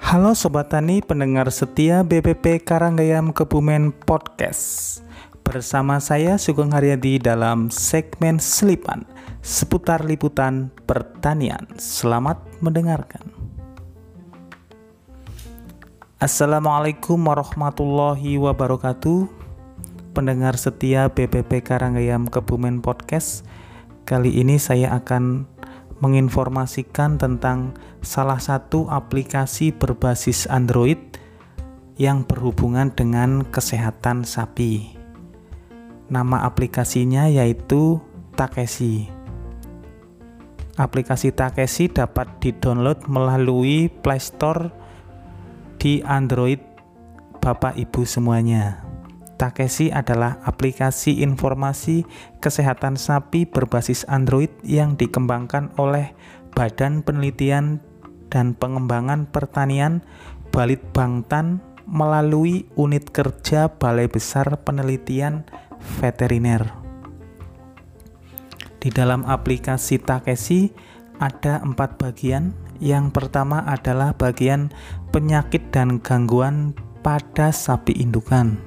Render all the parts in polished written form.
Halo Sobat Tani, pendengar setia BPP Karanggayam Kebumen Podcast. Bersama saya Sugeng Haryadi dalam segmen Selipan seputar liputan pertanian. Selamat mendengarkan. Assalamualaikum warahmatullahi wabarakatuh. Pendengar setia BPP Karanggayam Kebumen Podcast. Kali ini saya akan menginformasikan tentang salah satu aplikasi berbasis Android yang berhubungan dengan kesehatan sapi. Nama aplikasinya yaitu Takesi. Aplikasi Takesi dapat didownload melalui Play Store di Android Bapak Ibu semuanya. Takesi adalah aplikasi informasi kesehatan sapi berbasis Android yang dikembangkan oleh Badan Penelitian dan Pengembangan Pertanian Balitbangtan melalui unit kerja Balai Besar Penelitian Veteriner. Di dalam aplikasi Takesi ada 4 bagian. Yang pertama adalah bagian penyakit dan gangguan pada sapi indukan.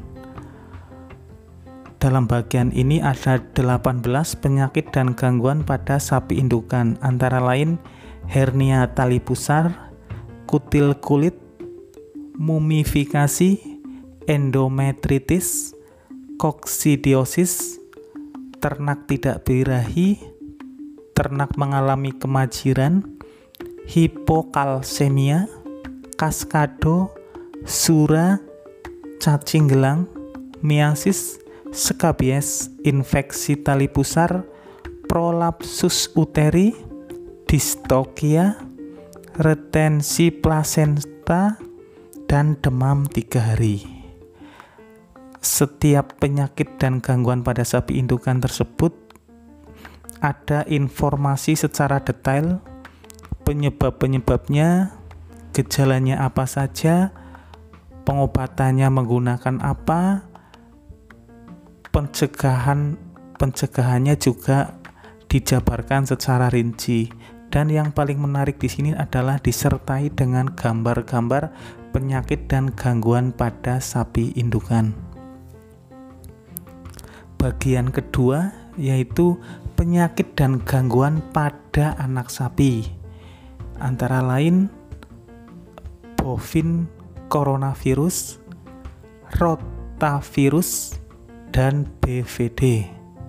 Dalam bagian ini ada 18 penyakit dan gangguan pada sapi indukan, antara lain hernia tali pusar, kutil kulit, mumifikasi, endometritis, koksidiosis, ternak tidak birahi, ternak mengalami kemajiran, hipokalsemia, kaskado, sura, cacing gelang, miasis, skabies, infeksi tali pusar, prolapsus uteri, distokia, retensi plasenta, dan demam 3 hari. Setiap penyakit dan gangguan pada sapi indukan tersebut ada informasi secara detail, penyebab-penyebabnya, gejalanya apa saja, pengobatannya menggunakan apa, pencegahannya juga dijabarkan secara rinci. Dan yang paling menarik di sini adalah disertai dengan gambar-gambar penyakit dan gangguan pada sapi indukan. Bagian kedua yaitu penyakit dan gangguan pada anak sapi, antara lain bovin coronavirus, rotavirus, dan BVD.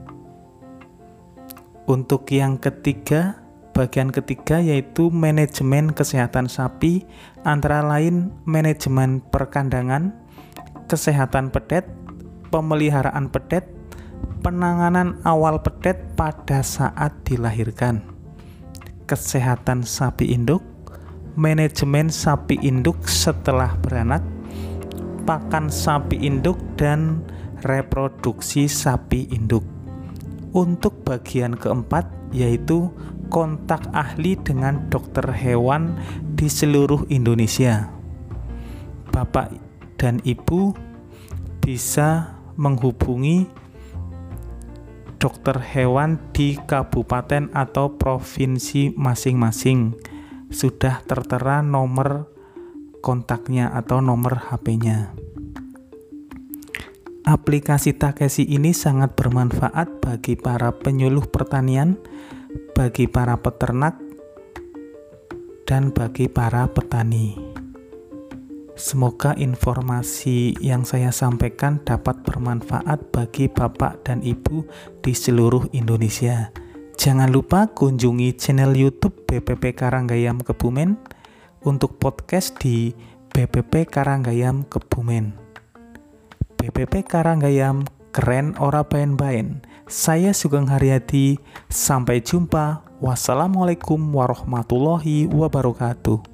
Untuk yang ketiga, bagian ketiga yaitu manajemen kesehatan sapi, antara lain manajemen perkandangan, kesehatan pedet, pemeliharaan pedet, penanganan awal pedet pada saat dilahirkan, kesehatan sapi induk, manajemen sapi induk setelah beranak, pakan sapi induk, dan reproduksi sapi induk. Untuk bagian keempat yaitu kontak ahli dengan dokter hewan di seluruh Indonesia. Bapak dan Ibu bisa menghubungi dokter hewan di kabupaten atau provinsi masing-masing. Sudah tertera nomor kontaknya atau nomor HP-nya. Aplikasi Takesi ini sangat bermanfaat bagi para penyuluh pertanian, bagi para peternak, dan bagi para petani. Semoga informasi yang saya sampaikan dapat bermanfaat bagi Bapak dan Ibu di seluruh Indonesia. Jangan lupa kunjungi channel YouTube BPP Karanggayam Kebumen, untuk podcast di BPP Karanggayam Kebumen. BPP Karanggayam, keren ora baen-baen. Saya Sugeng Haryadi, sampai jumpa. Wassalamualaikum warahmatullahi wabarakatuh.